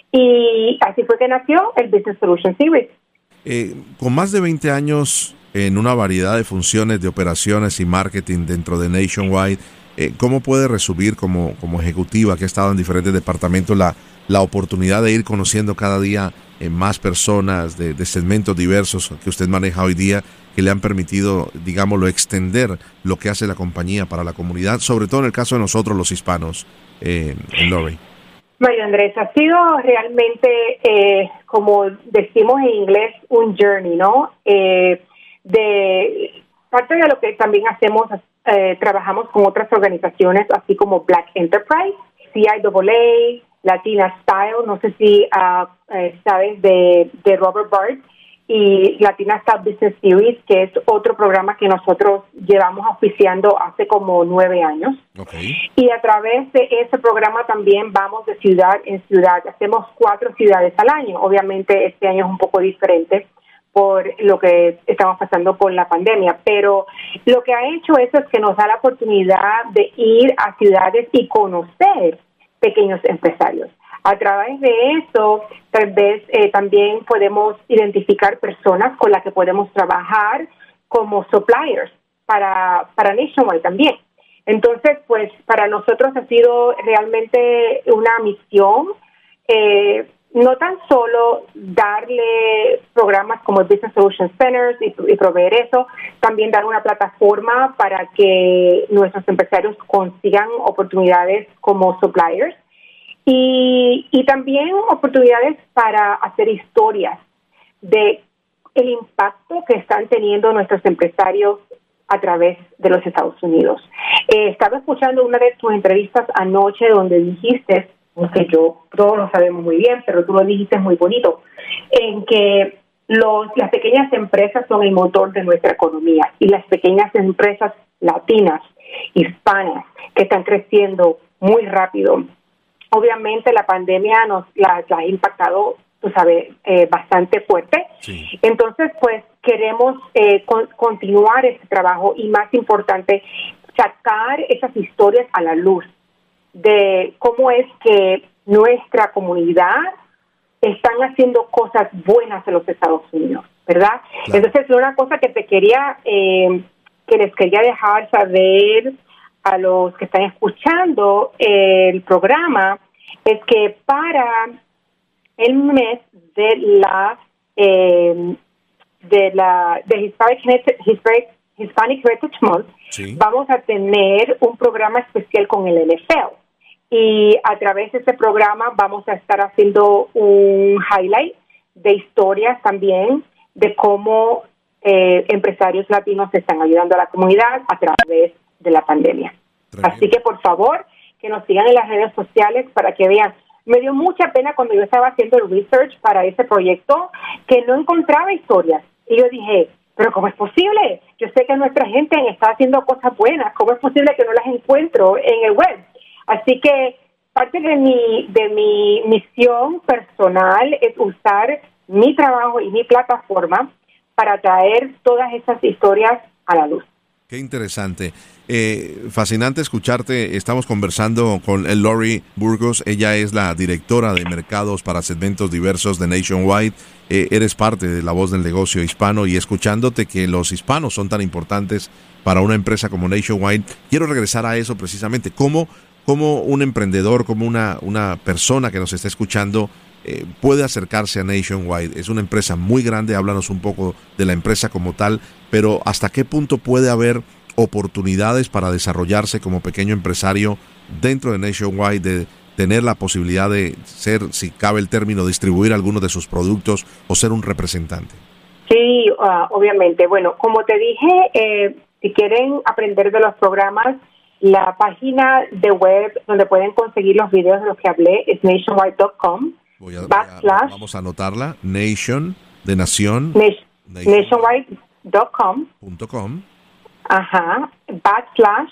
y así fue que nació el Business Solutions Series. Eh, con más de veinte años en una variedad de funciones de operaciones y marketing dentro de Nationwide, Eh, ¿Cómo puede resumir como, como ejecutiva que ha estado en diferentes departamentos la, la oportunidad de ir conociendo cada día eh, más personas de, de segmentos diversos que usted maneja hoy día, que le han permitido, digámoslo, extender lo que hace la compañía para la comunidad, sobre todo en el caso de nosotros los hispanos, eh, Lori? María Andrés, ha sido realmente, eh, como decimos en inglés, un journey, ¿no? Eh, de parte de lo que también hacemos, eh, trabajamos con otras organizaciones, así como Black Enterprise, C I A A, Latina Style, no sé si uh, eh, sabes de, de Robert Bard, y Latina Style Business Series, que es otro programa que nosotros llevamos oficiando hace como nueve años. Okay. Y a través de ese programa también vamos de ciudad en ciudad. Hacemos cuatro ciudades al año. Obviamente este año es un poco diferente por lo que estamos pasando con la pandemia, pero lo que ha hecho eso es que nos da la oportunidad de ir a ciudades y conocer pequeños empresarios. A través de eso, tal vez eh, también podemos identificar personas con las que podemos trabajar como suppliers para, para Nationwide también. Entonces, pues, para nosotros ha sido realmente una misión, eh, no tan solo darle programas como el Business Solution Centers y, y proveer eso, también dar una plataforma para que nuestros empresarios consigan oportunidades como suppliers. Y, y también oportunidades para hacer historias de el impacto que están teniendo nuestros empresarios a través de los Estados Unidos. Eh, estaba escuchando una de tus entrevistas anoche donde dijiste, que yo, todos lo sabemos muy bien, pero tú lo dijiste muy bonito, en que los, las pequeñas empresas son el motor de nuestra economía y las pequeñas empresas latinas, hispanas, que están creciendo muy rápido. Obviamente la pandemia nos la, la ha impactado, tú sabes, eh, bastante fuerte. Sí. Entonces, pues queremos eh, con, continuar este trabajo y, más importante, sacar esas historias a la luz de cómo es que nuestra comunidad están haciendo cosas buenas en los Estados Unidos, ¿verdad? Claro. Entonces, una cosa que te quería, eh, que les quería dejar saber a los que están escuchando el programa, es que para el mes de la eh, de la de Hispanic, Hispanic, Hispanic Heritage Month, sí, vamos a tener un programa especial con el N F L. Y a través de ese programa vamos a estar haciendo un highlight de historias también de cómo eh, empresarios latinos están ayudando a la comunidad a través de la pandemia. Tremendo. Así que, por favor, que nos sigan en las redes sociales para que vean. Me dio mucha pena cuando yo estaba haciendo el research para ese proyecto que no encontraba historias. Y yo dije, pero ¿cómo es posible? Yo sé que nuestra gente está haciendo cosas buenas. ¿Cómo es posible que no las encuentro en el web? Así que parte de mi, de mi misión personal es usar mi trabajo y mi plataforma para traer todas esas historias a la luz. Qué interesante. Eh, fascinante escucharte. Estamos conversando con Lori Burgos. Ella es la directora de mercados para segmentos diversos de Nationwide. Eh, eres parte de la voz del negocio hispano, y escuchándote que los hispanos son tan importantes para una empresa como Nationwide, quiero regresar a eso precisamente. ¿Cómo, cómo un emprendedor, como una, una persona que nos está escuchando eh, puede acercarse a Nationwide? Es una empresa muy grande. Háblanos un poco de la empresa como tal, pero ¿hasta qué punto puede haber oportunidades para desarrollarse como pequeño empresario dentro de Nationwide, de tener la posibilidad de ser, si cabe el término, distribuir algunos de sus productos o ser un representante? Sí, uh, obviamente. Bueno, como te dije, eh, si quieren aprender de los programas, la página de web donde pueden conseguir los videos de los que hablé es nationwide punto com. Voy a, voy a, vamos a anotarla. Nation, de nación. Nation, nationwide punto com. Punto com. Ajá, backslash,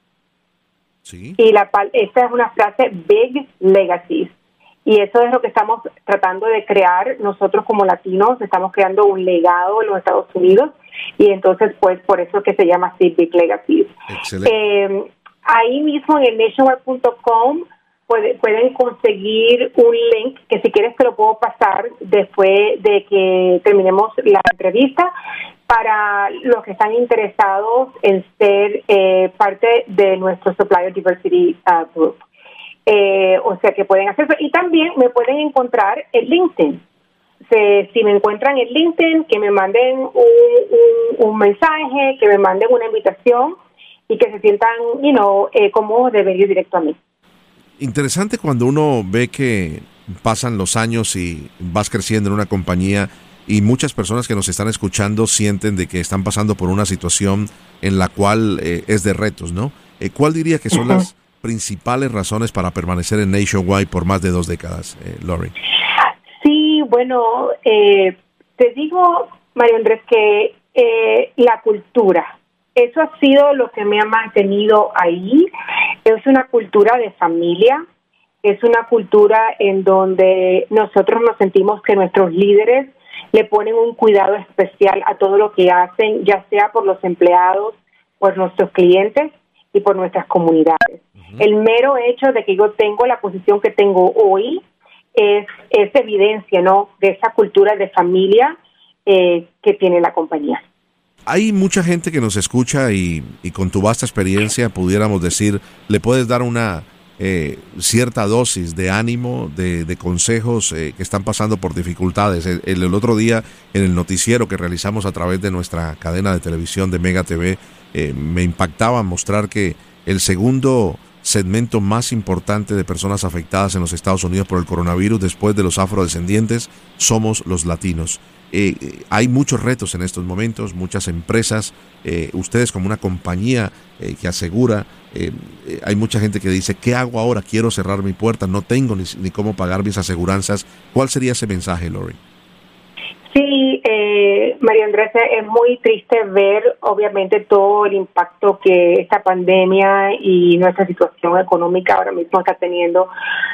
sí, y la esta es una frase, Big Legacies, y eso es lo que estamos tratando de crear nosotros como latinos. Estamos creando un legado en los Estados Unidos, y entonces pues por eso que se llama así, Big Legacies. Excelente. Eh, ahí mismo en el nationwide punto com puede, pueden conseguir un link que si quieres te lo puedo pasar después de que terminemos la entrevista para los que están interesados en ser eh, parte de nuestro Supplier Diversity uh, Group. Eh, o sea que pueden hacerlo. Y también me pueden encontrar en LinkedIn. Se, si me encuentran en LinkedIn, que me manden un, un, un mensaje, que me manden una invitación y que se sientan, you know, eh, cómodos de venir directo a mí. Interesante cuando uno ve que pasan los años y vas creciendo en una compañía y muchas personas que nos están escuchando sienten de que están pasando por una situación en la cual eh, es de retos, ¿no? Eh, ¿Cuál diría que son uh-huh. las principales razones para permanecer en Nationwide por más de dos décadas, eh, Lori? Sí, bueno, eh, te digo, Mario Andrés, que eh, la cultura, eso ha sido lo que me ha mantenido ahí. Es una cultura de familia, es una cultura en donde nosotros nos sentimos que nuestros líderes le ponen un cuidado especial a todo lo que hacen, ya sea por los empleados, por nuestros clientes y por nuestras comunidades. Uh-huh. El mero hecho de que yo tengo la posición que tengo hoy es, es evidencia, ¿no?, de esa cultura de familia eh, que tiene la compañía. Hay mucha gente que nos escucha y, y con tu vasta experiencia pudiéramos decir, le puedes dar una eh, cierta dosis de ánimo, de, de consejos eh, que están pasando por dificultades. El, el, el otro día en el noticiero que realizamos a través de nuestra cadena de televisión de Mega T V, eh, me impactaba mostrar que el segundo segmento más importante de personas afectadas en los Estados Unidos por el coronavirus después de los afrodescendientes somos los latinos. Eh, hay muchos retos en estos momentos, muchas empresas, eh, ustedes como una compañía eh, que asegura, eh, eh, hay mucha gente que dice, ¿qué hago ahora? Quiero cerrar mi puerta, no tengo ni, ni cómo pagar mis aseguranzas. ¿Cuál sería ese mensaje, Lori? Sí, eh, María Andrés, es muy triste ver obviamente todo el impacto que esta pandemia y nuestra situación económica ahora mismo está teniendo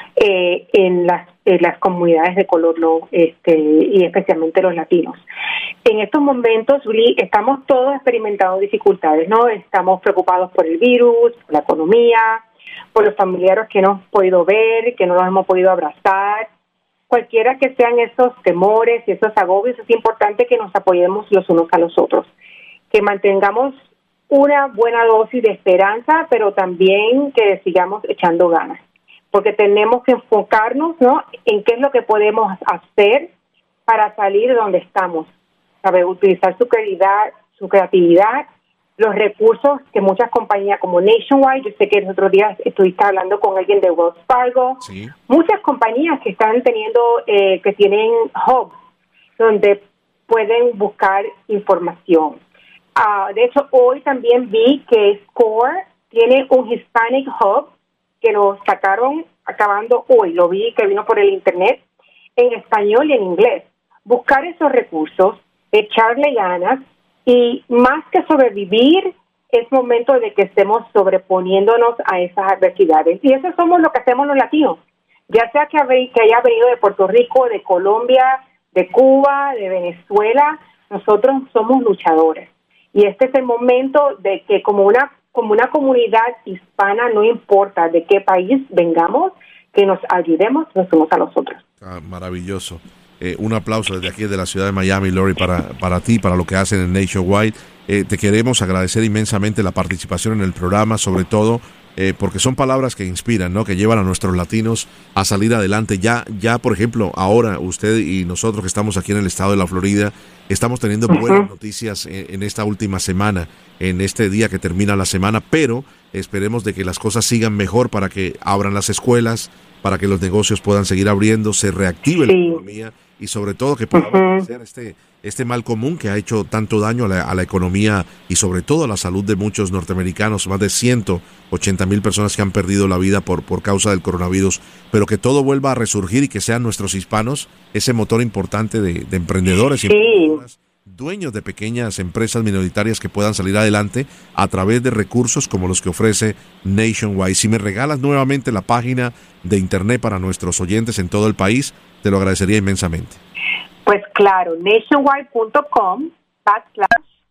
eh, en las en las comunidades de color, no, este, y especialmente los latinos. En estos momentos, Uli, estamos todos experimentando dificultades, ¿no? Estamos preocupados por el virus, por la economía, por los familiares que no hemos podido ver, que no los hemos podido abrazar. Cualquiera que sean esos temores y esos agobios, es importante que nos apoyemos los unos a los otros, que mantengamos una buena dosis de esperanza, pero también que sigamos echando ganas, porque tenemos que enfocarnos, ¿no?, en qué es lo que podemos hacer para salir de donde estamos, saber utilizar su creatividad, su creatividad, los recursos que muchas compañías como Nationwide, yo sé que los otros días estuviste hablando con alguien de Wells Fargo, sí. Muchas compañías que están teniendo, eh, que tienen hubs donde pueden buscar información. Uh, de hecho, hoy también vi que Score tiene un Hispanic Hub que lo sacaron acabando hoy, lo vi que vino por el internet en español y en inglés. Buscar esos recursos, echarle ganas. Y más que sobrevivir, es momento de que estemos sobreponiéndonos a esas adversidades. Y eso somos lo que hacemos los latinos. Ya sea que, que haya venido de Puerto Rico, de Colombia, de Cuba, de Venezuela, nosotros somos luchadores. Y este es el momento de que como una, como una comunidad hispana, no importa de qué país vengamos, que nos ayudemos los unos a los otros. Ah, maravilloso. Eh, un aplauso desde aquí de la ciudad de Miami, Lori, para, para ti, para lo que hacen en Nationwide. Eh, te queremos agradecer inmensamente la participación en el programa, sobre todo eh, porque son palabras que inspiran, ¿no?, que llevan a nuestros latinos a salir adelante. Ya, ya, por ejemplo, ahora usted y nosotros que estamos aquí en el estado de la Florida, estamos teniendo buenas noticias en, en esta última semana, en este día que termina la semana, pero esperemos de que las cosas sigan mejor para que abran las escuelas, para que los negocios puedan seguir abriendo, se reactive sí. la economía y sobre todo que podamos uh-huh. vencer este, este mal común que ha hecho tanto daño a la, a la economía y sobre todo a la salud de muchos norteamericanos, más de ciento ochenta mil personas que han perdido la vida por, por causa del coronavirus, pero que todo vuelva a resurgir y que sean nuestros hispanos ese motor importante de, de emprendedores y sí. emprendedoras, dueños de pequeñas empresas minoritarias que puedan salir adelante a través de recursos como los que ofrece Nationwide. Si me regalas nuevamente la página de internet para nuestros oyentes en todo el país, te lo agradecería inmensamente. Pues claro, nationwide punto com backslash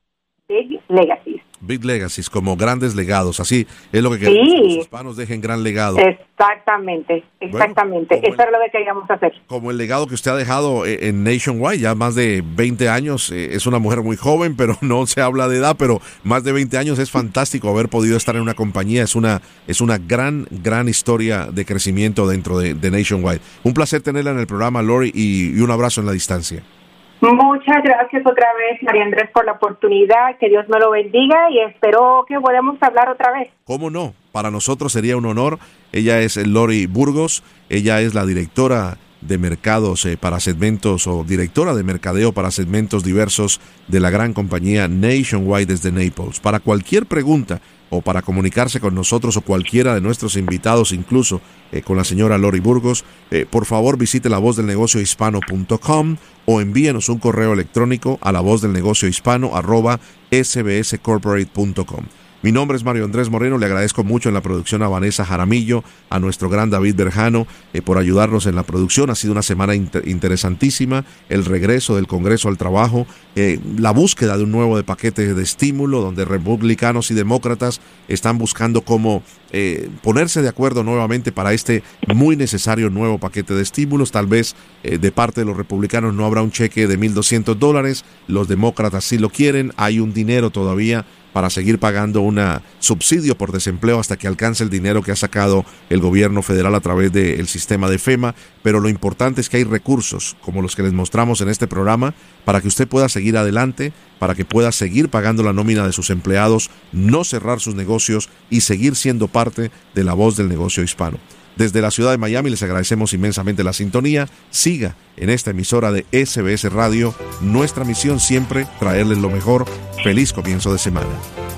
Big Legacies. Big Legacies, como grandes legados, así es lo que queremos, sí. que los hispanos dejen gran legado. Exactamente, exactamente, bueno, eso es lo que queríamos hacer. Como el legado que usted ha dejado en Nationwide, ya más de veinte años, eh, es una mujer muy joven, pero no se habla de edad, pero más de veinte años, es fantástico haber podido estar en una compañía, es una, es una gran, gran historia de crecimiento dentro de, de Nationwide. Un placer tenerla en el programa, Lori, y, y un abrazo en la distancia. Muchas gracias otra vez, María Andrés, por la oportunidad. Que Dios me lo bendiga y espero que podamos hablar otra vez. ¿Cómo no? Para nosotros sería un honor. Ella es Lori Burgos. Ella es la directora de mercados eh, para segmentos o directora de mercadeo para segmentos diversos de la gran compañía Nationwide desde Naples. Para cualquier pregunta o para comunicarse con nosotros o cualquiera de nuestros invitados, incluso eh, con la señora Lori Burgos, eh, por favor visite la voz del negocio hispano punto com o envíenos un correo electrónico a la voz del negocio hispano arroba s b s corporate punto com. Mi nombre es Mario Andrés Moreno, le agradezco mucho en la producción a Vanessa Jaramillo, a nuestro gran David Berjano, eh, por ayudarnos en la producción. Ha sido una semana inter- interesantísima, el regreso del Congreso al trabajo, eh, la búsqueda de un nuevo de paquete de estímulo, donde republicanos y demócratas están buscando cómo eh, ponerse de acuerdo nuevamente para este muy necesario nuevo paquete de estímulos. Tal vez eh, de parte de los republicanos no habrá un cheque de mil doscientos dólares, los demócratas sí lo quieren, hay un dinero todavía para seguir pagando un subsidio por desempleo hasta que alcance el dinero que ha sacado el gobierno federal a través del sistema de FEMA, pero lo importante es que hay recursos como los que les mostramos en este programa para que usted pueda seguir adelante, para que pueda seguir pagando la nómina de sus empleados, no cerrar sus negocios y seguir siendo parte de la voz del negocio hispano. Desde la ciudad de Miami les agradecemos inmensamente la sintonía. Siga en esta emisora de S B S Radio. Nuestra misión siempre traerles lo mejor. Feliz comienzo de semana.